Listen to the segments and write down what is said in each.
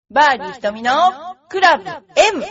バーディー瞳のクラブ M。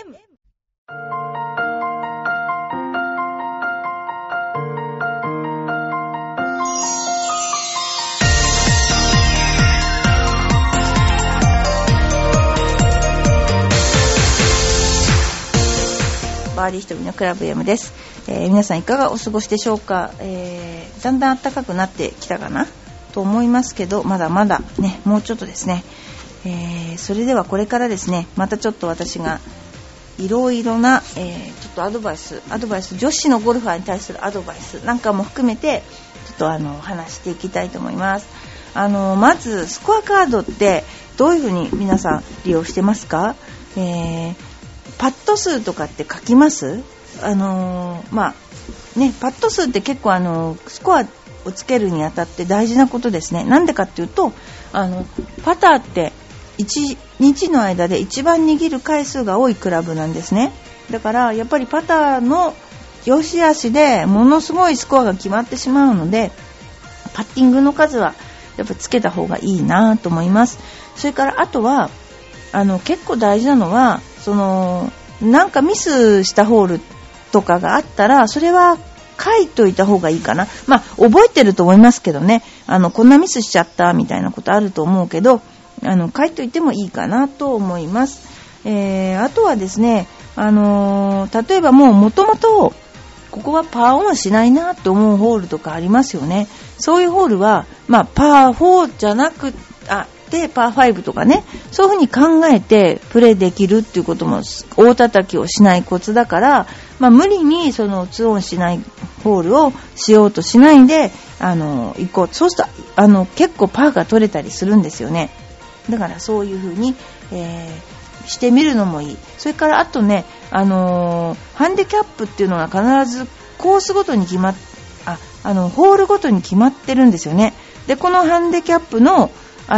バーディー瞳のクラブ M です。皆さんいかがお過ごしでしょうか。だんだん暖かくなってきたかなと思いますけど、まだまだね、もうちょっとですね。それではこれからですね、またちょっと私がいろいろな、ちょっとアドバイス、女子のゴルファーに対するアドバイスなんかも含めてちょっと話していきたいと思います。まずスコアカードってどういうふうに皆さん利用してますか？パット数とかって書きます？パット数って結構スコアをつけるにあたって大事なことですね。なんでかっていうとパターって1日の間で一番握る回数が多いクラブなんですね。だからやっぱりパターの良し悪しでものすごいスコアが決まってしまうので、パッティングの数はやっぱつけた方がいいなと思います。それからあとは結構大事なのはなんかミスしたホールとかがあったらそれは書いといた方がいいかな。覚えてると思いますけどね、こんなミスしちゃったみたいなことあると思うけど、書いといてもいいかなと思います。あとはですね、例えばもともとここはパーオンしないなと思うホールとかありますよね。そういうホールは、パー4じゃなくてパー5とかね、そういうふうに考えてプレーできるっていうことも大叩きをしないコツだから、無理にその2オンしないホールをしようとしないで行こう。そうすると結構パーが取れたりするんですよね。だからそういう風に、してみるのもいい。それからあとね、ハンディキャップっていうのが必ずコースごとにホールごとに決まってるんですよね。で、このハンディキャップの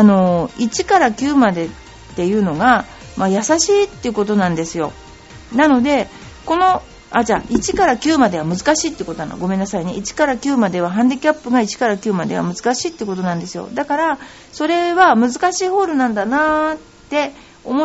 1から9までっていうのが、優しいっていうことなんですよ。なので1から9までは難しいってことなの。ごめんなさいね。1から9まではハンディキャップが1から9までは難しいってことなんですよ。だからそれは難しいホールなんだなって思って、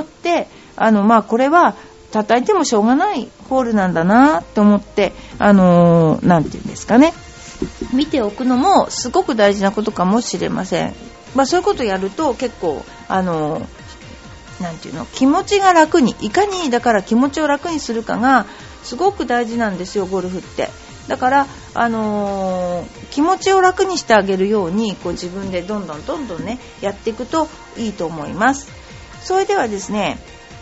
これは叩いてもしょうがないホールなんだなって思って、なんていうんですかね、見ておくのもすごく大事なことかもしれません。そういうことをやると結構なんていうの、気持ちが楽に、いかにだから気持ちを楽にするかがすごく大事なんですよ、ゴルフって。だから、気持ちを楽にしてあげるように自分でどんどんねやっていくといいと思います。それではですね、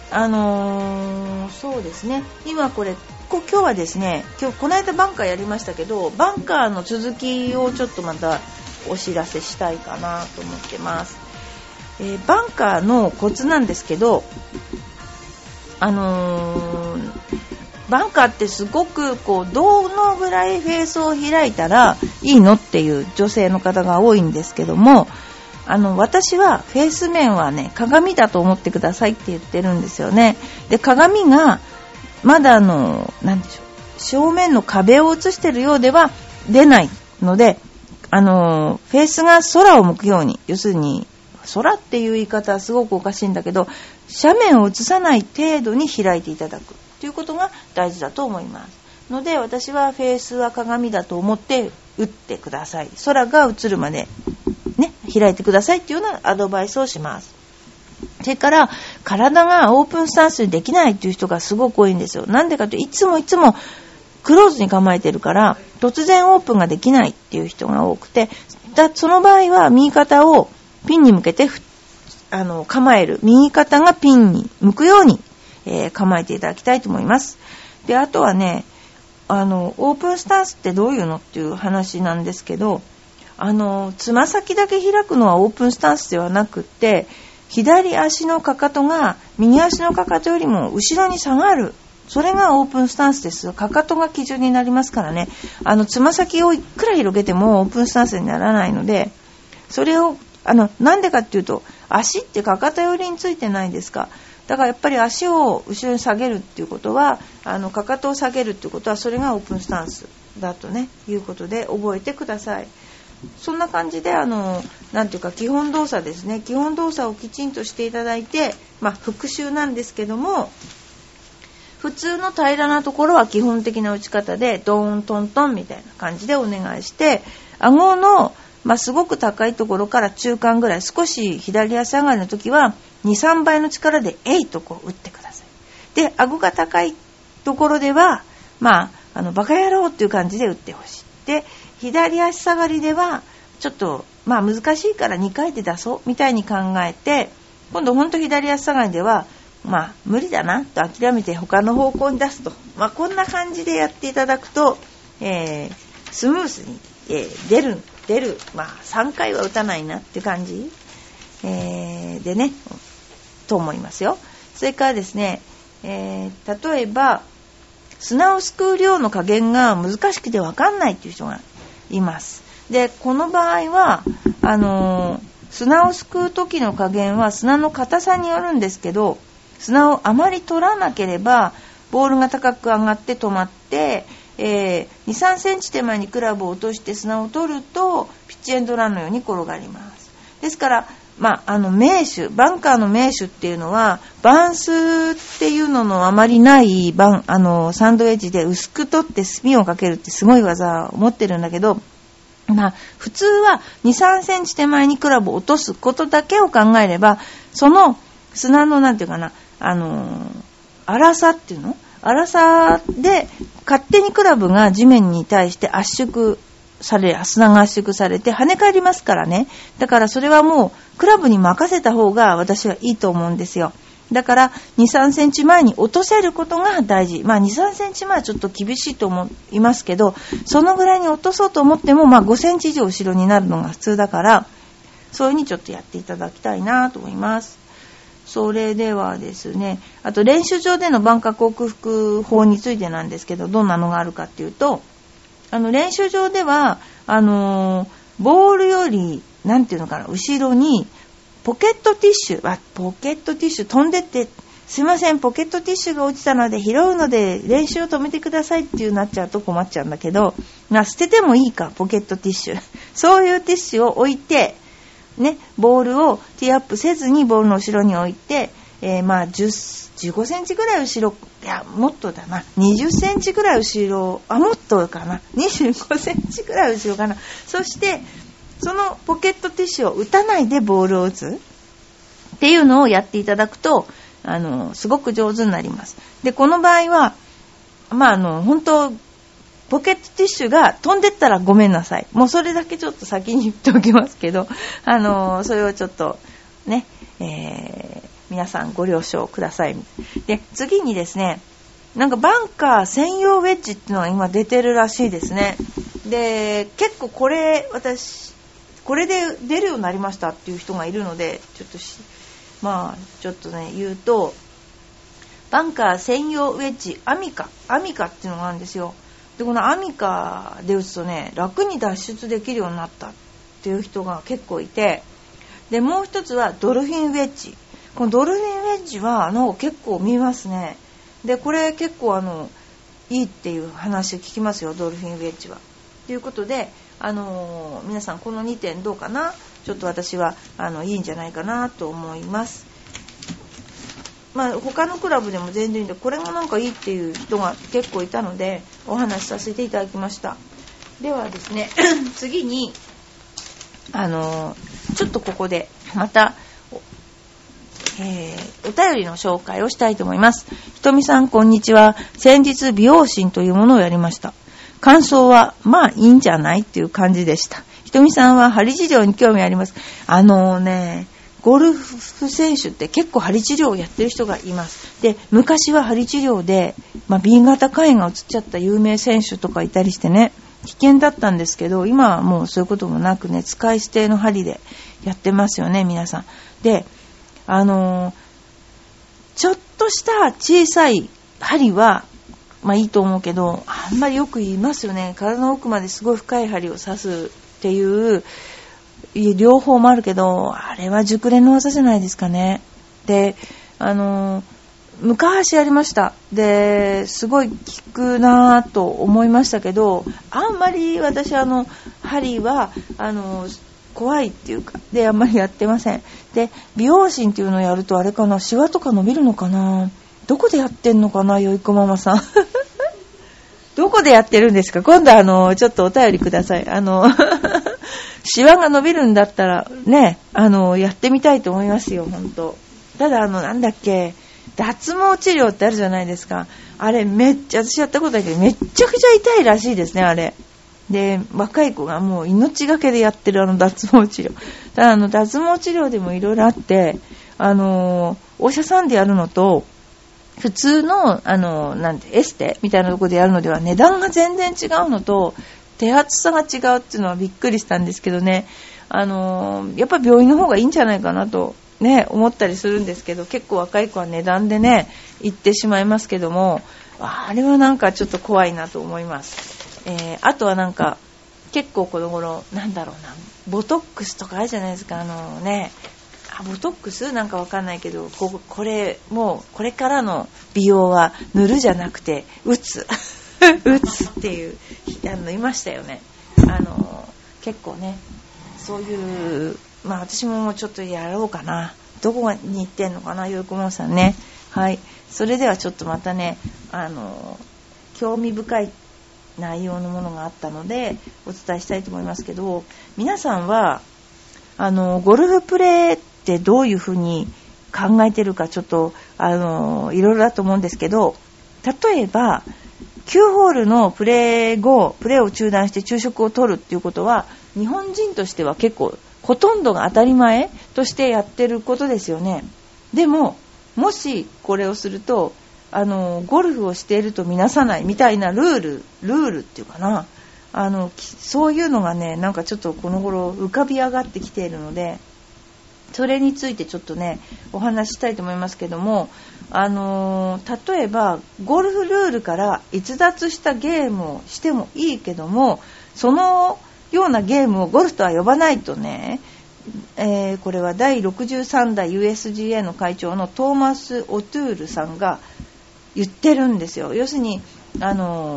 そうですね、今今日はですね、この間バンカーやりましたけど、バンカーの続きをちょっとまたお知らせしたいかなと思ってます。バンカーのコツなんですけど、バンカーってすごくどのぐらいフェースを開いたらいいのっていう女性の方が多いんですけども、私はフェース面はね、鏡だと思ってくださいって言ってるんですよね。で、鏡がまだなんでしょう、正面の壁を映してるようでは出ないので、フェースが空を向くように、要するに空っていう言い方はすごくおかしいんだけど、斜面を映さない程度に開いていただくということが大事だと思いますので、私はフェースは鏡だと思って打ってください。空が映るまでね、開いてくださいっていうようなアドバイスをします。それから体がオープンスタンスにできないっていう人がすごく多いんですよ。なんでかというと、いつもクローズに構えてるから突然オープンができないっていう人が多くて、その場合は右肩をピンに向けて構える。右肩がピンに向くように、構えていただきたいと思います。で、あとはね、オープンスタンスってどういうのっていう話なんですけど、つま先だけ開くのはオープンスタンスではなくって、左足のかかとが右足のかかとよりも後ろに下がる。それがオープンスタンスです。かかとが基準になりますからね。つま先をいくら広げてもオープンスタンスにならないので、それをなんでかっていうと、足ってかかと寄りについてないですか。だからやっぱり足を後ろに下げるっていうことは、かかとを下げるっていうことは、それがオープンスタンスだとねいうことで覚えてください。そんな感じでなんていうか基本動作ですね。基本動作をきちんとしていただいて、復習なんですけども、普通の平らなところは基本的な打ち方でドーントントンみたいな感じでお願いして、顎の、すごく高いところから中間ぐらい、少し左足上がりの時は 2,3 倍の力でえいとこう打ってください。で、顎が高いところではバカ野郎っていう感じで打ってほしい。で、左足下がりではちょっと難しいから2回で出そうみたいに考えて、今度ほんと左足下がりでは無理だなと諦めて他の方向に出すと、こんな感じでやっていただくと、スムースに、出る、3回は打たないなって感じ、でねと思いますよ。それからですね、例えば砂をすくう量の加減が難しくて分かんないっていう人がいます。で、この場合は砂をすくう時の加減は砂の硬さによるんですけど、砂をあまり取らなければボールが高く上がって止まって、2、3センチ手前にクラブを落として砂を取るとピッチエンドランのように転がります。ですから名手、バンカーの名手っていうのはバンスっていうののあまりないサンドウェッジで薄く取ってスピンをかけるってすごい技を持ってるんだけど、普通は 2,3 センチ手前にクラブを落とすことだけを考えれば、その砂のなんていうかな、粗さっていうの、粗さで勝手にクラブが地面に対して圧縮され、砂が圧縮されて跳ね返りますからね。だからそれはもうクラブに任せた方が私はいいと思うんですよ。だから 2,3 センチ前に落とせることが大事。2、3センチ前はちょっと厳しいと思いますけど、そのぐらいに落とそうと思っても5センチ以上後ろになるのが普通だから、そういう風にちょっとやっていただきたいなと思います。それではですね、あと練習場でのバンカー克服法についてなんですけど、どんなのがあるかっていうと、練習場ではボールよりなんていうのかな、後ろにポケットティッシュ飛んでって、すいませんポケットティッシュが落ちたので拾うので練習を止めてくださいっていうなっちゃうと困っちゃうんだけど、捨ててもいいかポケットティッシュそういうティッシュを置いてね、ボールをティーアップせずにボールの後ろに置いて、15センチぐらい後ろ、いやもっとだな、20センチぐらい後ろ、もっとかな、25センチぐらい後ろかな。そしてそのポケットティッシュを打たないでボールを打つっていうのをやっていただくとすごく上手になります。で、この場合は本当ポケットティッシュが飛んでったらごめんなさい。もうそれだけちょっと先に言っておきますけど、それをちょっとね、皆さんご了承ください。で、次にですね、バンカー専用ウェッジっていうのが今出てるらしいですね。で、結構私これで出るようになりましたっていう人がいるので、ちょっとね言うと、バンカー専用ウェッジアミカっていうのがあるんですよ。で、このアミカで打つとね、楽に脱出できるようになったっていう人が結構いて、でもう一つはドルフィンウェッジ。このドルフィンウェッジは結構見ますね。で、これ結構いいっていう話聞きますよ、ドルフィンウェッジは。ということで皆さんこの2点どうかな、ちょっと私はいいんじゃないかなと思います。他のクラブでも全然いいんで、これもいいっていう人が結構いたのでお話しさせていただきました。ではですね次にちょっとここでまたお便りの紹介をしたいと思います。ひとみさん、こんにちは。先日美容診というものをやりました。感想はいいんじゃないっていう感じでした。ひとみさんは針治療に興味あります。ゴルフ選手って結構針治療をやってる人がいます。で、昔は針治療で、B 型肝炎が移っちゃった有名選手とかいたりしてね、危険だったんですけど、今はもうそういうこともなくね、使い捨ての針でやってますよね、皆さん。で、ちょっとした小さい針はいいと思うけど、あんまりよく言いますよね。体の奥まですごい深い針を刺すっていう両方もあるけど、あれは熟練の技じゃないですかね。で、昔やりました。で、すごい効くなと思いましたけど、あんまり私針は怖いっていうかであんまりやってません。で美容診っていうのをやるとあれかな、シワとか伸びるのかな、どこでやってんのかな、よいこママさんどこでやってるんですか。今度ちょっとお便りください。シワが伸びるんだったらね、やってみたいと思いますよ、本当。ただなんだっけ、脱毛治療ってあるじゃないですか。あれめっちゃ、私やったことだけどめっちゃくちゃ痛いらしいですね、あれ。で、若い子がもう命がけでやってる脱毛治療。ただ脱毛治療でもいろいろあって、お医者さんでやるのと、普通の、なんて、エステみたいなところでやるのでは値段が全然違うのと、手厚さが違うっていうのはびっくりしたんですけどね。やっぱり病院の方がいいんじゃないかなと、ね、思ったりするんですけど、結構若い子は値段でね、行ってしまいますけども、あれはなんかちょっと怖いなと思います。あとはなんか、結構この頃、なんだろうな、ボトックスとかあるじゃないですか、ボトックスなんかわかんないけど、これもうこれからの美容は塗るじゃなくて打つ打つっていういましたよね。結構ね、そういう、私ももうちょっとやろうかな。どこに行ってんのかな、よいこもさんね。はい。それではちょっとまたね、興味深い内容のものがあったのでお伝えしたいと思いますけど、皆さんはゴルフプレーってどういうふうに考えてるか、ちょっといろいろだと思うんですけど、例えば9ホールのプレー後プレーを中断して昼食を取るっていうことは日本人としては結構ほとんどが当たり前としてやってることですよね。でももしこれをするとゴルフをしているとみなさないみたいなルールっていうかな、そういうのがね、なんかちょっとこの頃浮かび上がってきているので、それについてちょっとねお話ししたいと思いますけども、例えばゴルフルールから逸脱したゲームをしてもいいけども、そのようなゲームをゴルフとは呼ばないとね、これは第63代 USGA の会長のトーマス・オトゥールさんが言ってるんですよ。要するに第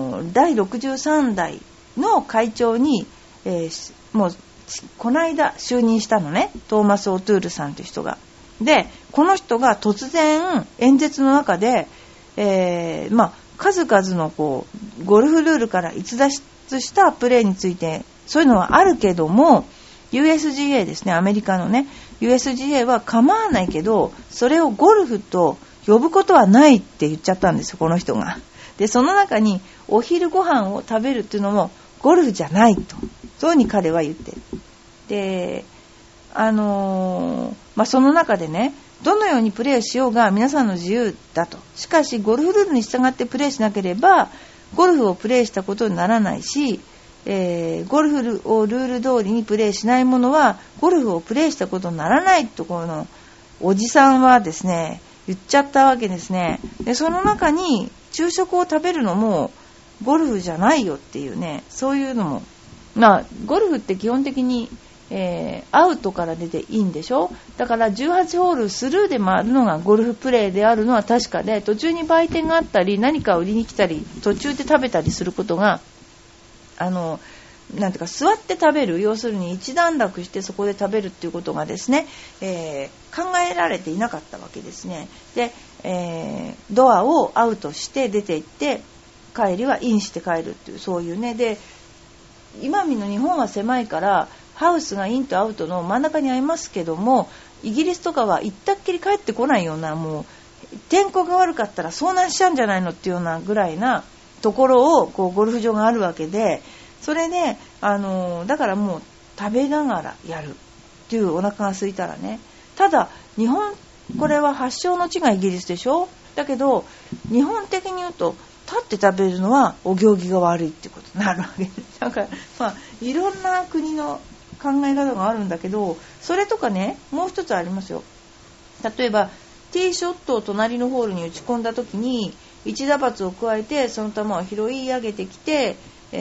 63代の会長に、もうこの間就任したのね、トーマス・オトゥールさんという人が。でこの人が突然演説の中で、数々のゴルフルールから逸脱したプレーについて、そういうのはあるけども USGA ですね、アメリカのね USGA は構わないけどそれをゴルフと呼ぶことはないって言っちゃったんですよ、この人が。でその中にお昼ご飯を食べるっていうのもゴルフじゃないと、そういうふうに彼は言ってる。でその中でね、どのようにプレーしようが皆さんの自由だと。しかしゴルフルールに従ってプレーしなければゴルフをプレーしたことにならないし、ゴルフをルール通りにプレーしないものはゴルフをプレーしたことにならないと、このおじさんはですね言っちゃったわけですね。でその中に昼食を食べるのもゴルフじゃないよっていうね、そういうのも、ゴルフって基本的にアウトから出ていいんでしょ。だから18ホールスルーで回るのがゴルフプレーであるのは確かで、途中に売店があったり何か売りに来たり途中で食べたりすることがなんていうか座って食べる、要するに一段落してそこで食べるっていうことがですね、考えられていなかったわけですね。で、ドアをアウトして出て行って帰りはインして帰るっていう、そういうね。で今の日本は狭いからハウスがインとアウトの真ん中にありますけども、イギリスとかは行ったっきり帰ってこないような、もう天候が悪かったら遭難しちゃうんじゃないのっていうようなぐらいなところをゴルフ場があるわけで、それでだからもう食べながらやるっていう、お腹が空いたらね。ただ日本、これは発祥の地がイギリスでしょ。だけど日本的に言うと立って食べるのはお行儀が悪いってことになるわけです。だからいろんな国の考え方があるんだけど、それとかね、もう一つありますよ。例えばティーショットを隣のホールに打ち込んだ時に一打罰を加えてその球を拾い上げてきて、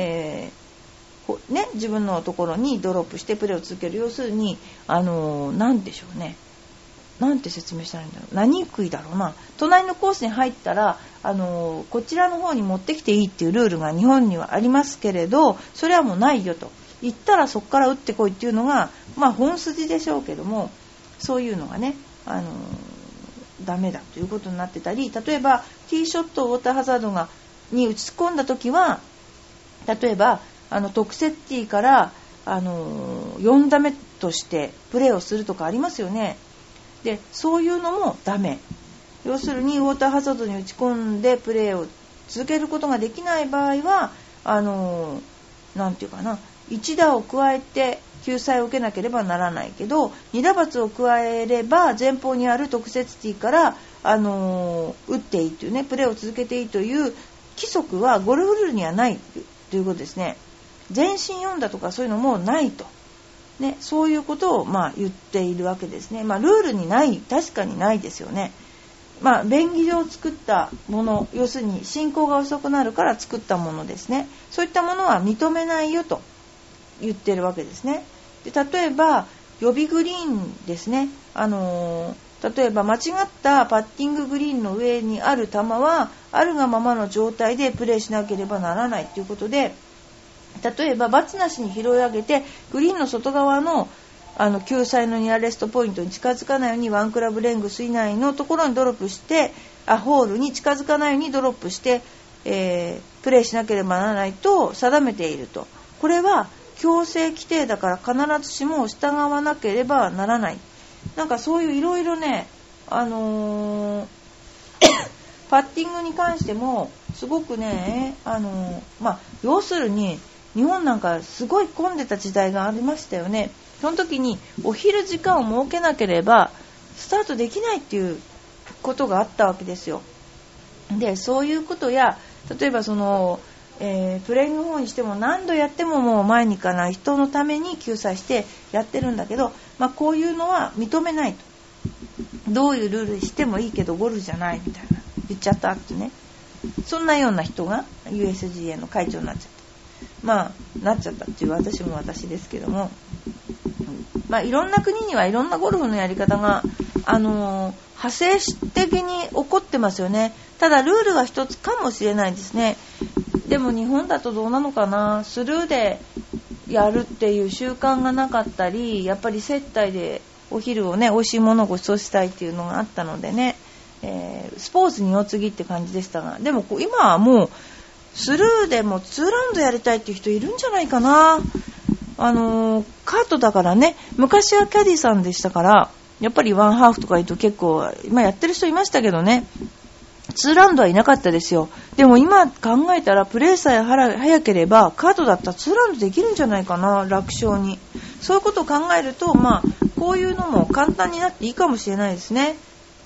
自分のところにドロップしてプレーを続ける。要するになんでしょうね、なんて説明したらいいんだろう、何食いだろうな、隣のコースに入ったらこちらの方に持ってきていいっていうルールが日本にはありますけれど、それはもうないよと。行ったらそこから打ってこいっていうのが本筋でしょうけども、そういうのがねダメだということになってたり、例えばティーショットをウォーターハザードに打ち込んだ時は、例えば特設ティーから4打目としてプレーをするとかありますよね。でそういうのもダメ。要するにウォーターハザードに打ち込んでプレーを続けることができない場合はなんていうかな、1打を加えて救済を受けなければならないけど、2打罰を加えれば前方にある特設ティーから打っていいというね、プレーを続けていいという規則はゴルフルールにはないということですね。前進4打とかそういうのもないと、ね、そういうことを言っているわけですね。ルールにない、確かにないですよね。便宜上作ったもの、要するに進行が遅くなるから作ったものですね。そういったものは認めないよと言ってるわけですね。で例えば予備グリーンですね。例えば間違ったパッティンググリーンの上にある球はあるがままの状態でプレーしなければならないということで、例えば罰なしに拾い上げてグリーンの外側の救済のニアレストポイントに近づかないように1クラブレングス以内のところにドロップしてホールに近づかないようにドロップして、プレーしなければならないと定めていると。これは強制規定だから必ずしも従わなければならない。なんかそういういろいろね、パッティングに関してもすごくね、要するに日本なんかすごい混んでた時代がありましたよね。その時にお昼時間を設けなければスタートできないっていうことがあったわけですよ。でそういうことや、例えばプレーイング方にしても何度やってももう前に行かない人のために救済してやってるんだけど、こういうのは認めないと。どういうルールにしてもいいけどゴルフじゃないみたいな言っちゃったってね、そんなような人が USGA の会長になっちゃった。なっちゃったっていう私も私ですけども、いろんな国にはいろんなゴルフのやり方が派生的に起こってますよね。ただルールが一つかもしれないですね。でも日本だとどうなのかな、スルーでやるっていう習慣がなかったり、やっぱり接待でお昼をね美味しいものをご馳走したいっていうのがあったのでね、スポーツ二の次って感じでしたが、でも今はもうスルーでも2ラウンドやりたいっていう人いるんじゃないかな。カートだからね、昔はキャディさんでしたからやっぱりワンハーフとか言うと結構やってる人いましたけどね、2ラウンドはいなかったですよ。でも今考えたらプレーさえ早ければカートだったら2ラウンドできるんじゃないかな、楽勝に。そういうことを考えるとこういうのも簡単になっていいかもしれないですね。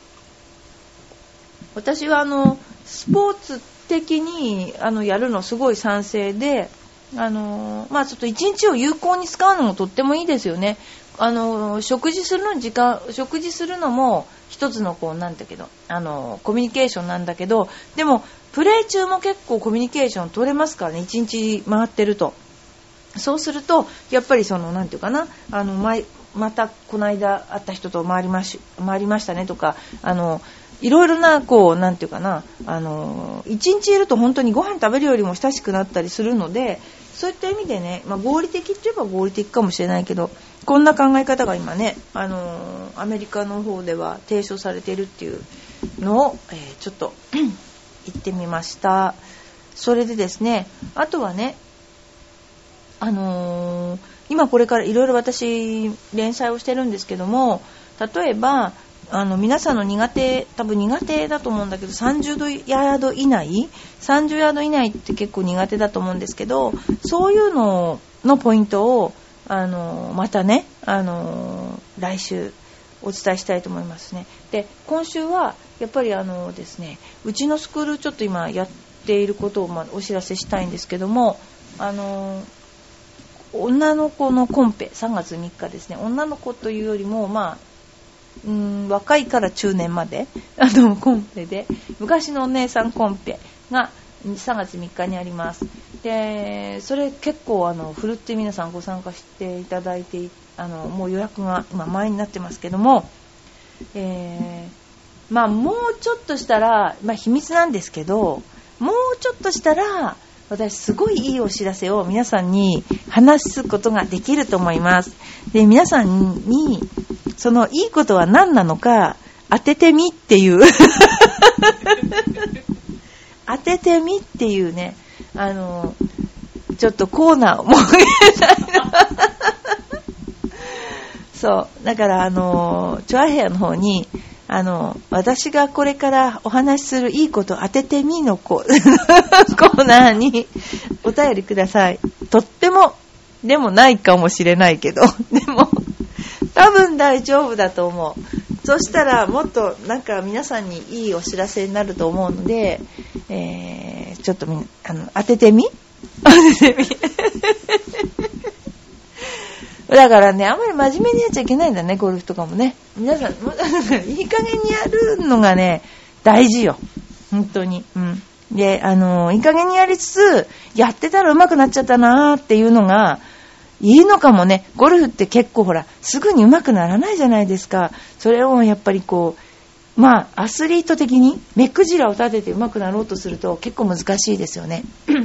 私はスポーツ的にやるのすごい賛成で、ちょっと一日を有効に使うのもとってもいいですよね。食事するのも一つのなんだけどコミュニケーションなんだけど、でもプレー中も結構コミュニケーション取れますからね、一日回ってると。そうするとやっぱりなんていうかな、またこの間会った人と回りましたねとか、いろいろななんていうかな、一日いると本当にご飯食べるよりも親しくなったりするので、そういった意味でね、合理的って言えば合理的かもしれないけど、こんな考え方が今ね、アメリカの方では提唱されているっていうのを、ちょっと言ってみました。それでですね、あとはね、今これからいろいろ私連載をしてるんですけども、例えば皆さんの多分苦手だと思うんだけど、30ヤード以内って結構苦手だと思うんですけど、そういうののポイントをまたね、来週お伝えしたいと思いますね。で今週はやっぱりですね、うちのスクールちょっと今やっていることをお知らせしたいんですけども、女の子のコンペ、3月3日ですね。女の子というよりも若いから中年までコンペで、昔のお姉さんコンペが3月3日にあります。でそれ結構ふるって皆さんご参加していただいて、もう予約が今前になってますけども、もうちょっとしたら、秘密なんですけど、もうちょっとしたら私すごいいいお知らせを皆さんに話すことができると思います。で、皆さんにそのいいことは何なのか当ててみっていう当ててみっていうね、ちょっとコーナーを設けたいのそうだからチョアヘアの方に私がこれからお話しするいいこと当ててみのコーナーにお便りください。とってもでもないかもしれないけど、でも多分大丈夫だと思う。そしたらもっとなんか皆さんにいいお知らせになると思うので、ちょっと当ててみだからね、あんまり真面目にやっちゃいけないんだね、ゴルフとかもね。皆さん、いい加減にやるのがね、大事よ。本当に。うん。で、いい加減にやりつつ、やってたら上手くなっちゃったなーっていうのが、いいのかもね。ゴルフって結構ほら、すぐに上手くならないじゃないですか。それをやっぱりこう、アスリート的に目くじらを立てて上手くなろうとすると結構難しいですよね。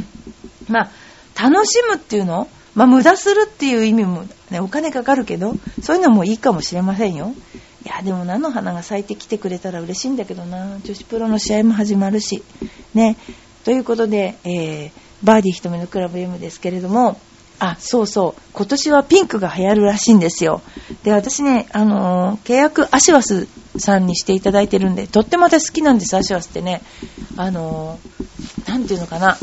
楽しむっていうの無駄するっていう意味も、ね、お金かかるけど、そういうのもいいかもしれませんよ。いや、でも菜の花が咲いてきてくれたら嬉しいんだけどな。女子プロの試合も始まるし。ね。ということで、バーディー瞳のクラブ M ですけれども、そうそう。今年はピンクが流行るらしいんですよ。で、私ね、契約アシワスさんにしていただいてるんで、とっても私好きなんです、アシワスってね。なんていうのかな。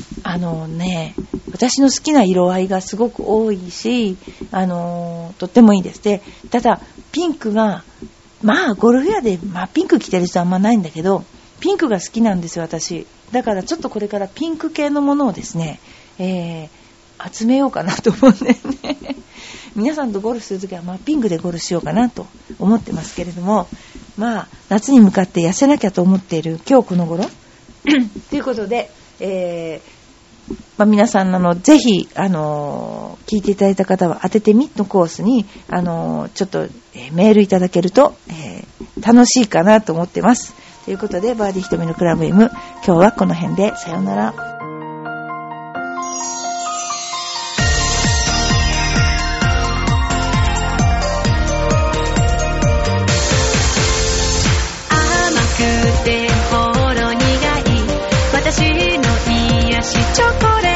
私の好きな色合いがすごく多いし、とってもいいです。で、ただ、ピンクが、ゴルフ屋で、ピンク着てる人あんまないんだけど、ピンクが好きなんですよ、私。だからちょっとこれからピンク系のものをですね、集めようかなと思うんだよね。皆さんとゴルフするときは、ピンクでゴルフしようかなと思ってますけれども、夏に向かって痩せなきゃと思っている今日この頃ということで、皆さんぜひ聞いていただいた方は当ててみのコースにちょっと、メールいただけると、楽しいかなと思ってます。ということで、バーディー瞳のクラブ M、今日はこの辺でさようなら。 甘くてほろ苦い私の癒しチョコレート